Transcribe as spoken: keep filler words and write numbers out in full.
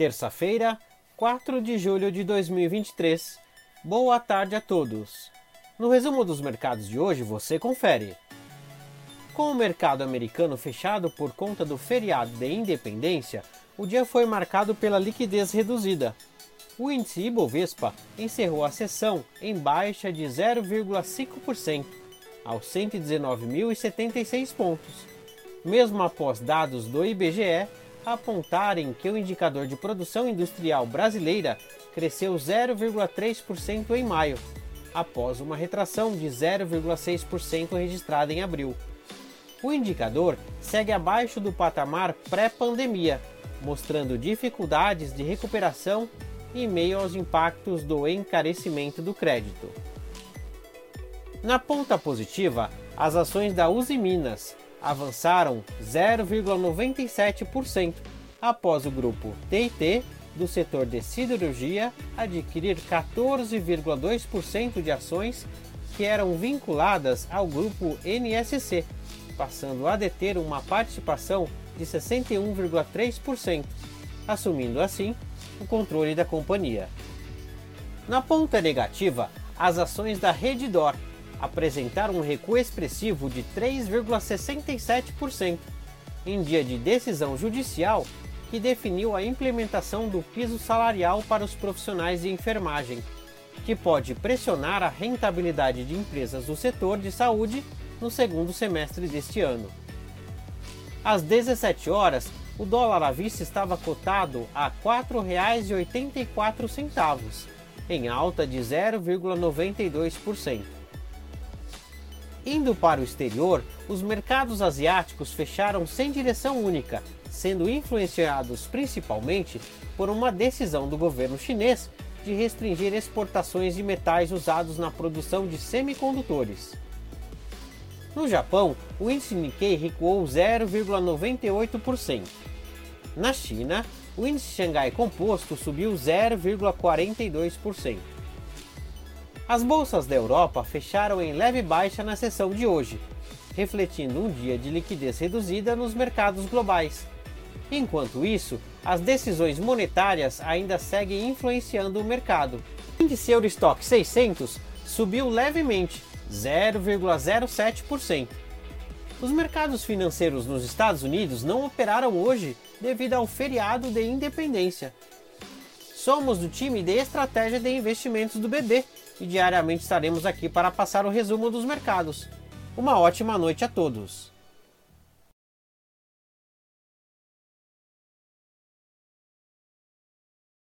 Terça-feira, quatro de julho de dois mil e vinte e três. Boa tarde a todos. No resumo dos mercados de hoje você confere. Com o mercado americano fechado por conta do feriado de independência, o dia foi marcado pela liquidez reduzida. O índice Ibovespa encerrou a sessão em baixa de zero vírgula cinco por cento, aos cento e dezenove mil e setenta e seis pontos, mesmo após dados do I B G E apontarem que o indicador de produção industrial brasileira cresceu zero vírgula três por cento em maio, após uma retração de zero vírgula seis por cento registrada em abril. O indicador segue abaixo do patamar pré-pandemia, mostrando dificuldades de recuperação em meio aos impactos do encarecimento do crédito. Na ponta positiva, as ações da Usiminas avançaram zero vírgula noventa e sete por cento após o grupo T e T do setor de siderurgia adquirir quatorze vírgula dois por cento de ações que eram vinculadas ao grupo N S C, passando a deter uma participação de sessenta e um vírgula três por cento, assumindo assim o controle da companhia. Na ponta negativa, as ações da Redditor apresentaram um recuo expressivo de três vírgula sessenta e sete por cento, em dia de decisão judicial que definiu a implementação do piso salarial para os profissionais de enfermagem, que pode pressionar a rentabilidade de empresas do setor de saúde no segundo semestre deste ano. Às dezessete horas, o dólar à vista estava cotado a quatro reais e oitenta e quatro centavos, em alta de zero vírgula noventa e dois por cento. Indo para o exterior, os mercados asiáticos fecharam sem direção única, sendo influenciados principalmente por uma decisão do governo chinês de restringir exportações de metais usados na produção de semicondutores. No Japão, o índice Nikkei recuou zero vírgula noventa e oito por cento. Na China, o índice Xangai Composto subiu zero vírgula quarenta e dois por cento. As bolsas da Europa fecharam em leve baixa na sessão de hoje, refletindo um dia de liquidez reduzida nos mercados globais. Enquanto isso, as decisões monetárias ainda seguem influenciando o mercado. O índice Eurostoxx seiscentos subiu levemente, zero vírgula zero sete por cento. Os mercados financeiros nos Estados Unidos não operaram hoje devido ao feriado de independência. Somos do time de estratégia de investimentos do B B e diariamente estaremos aqui para passar o resumo dos mercados. Uma ótima noite a todos!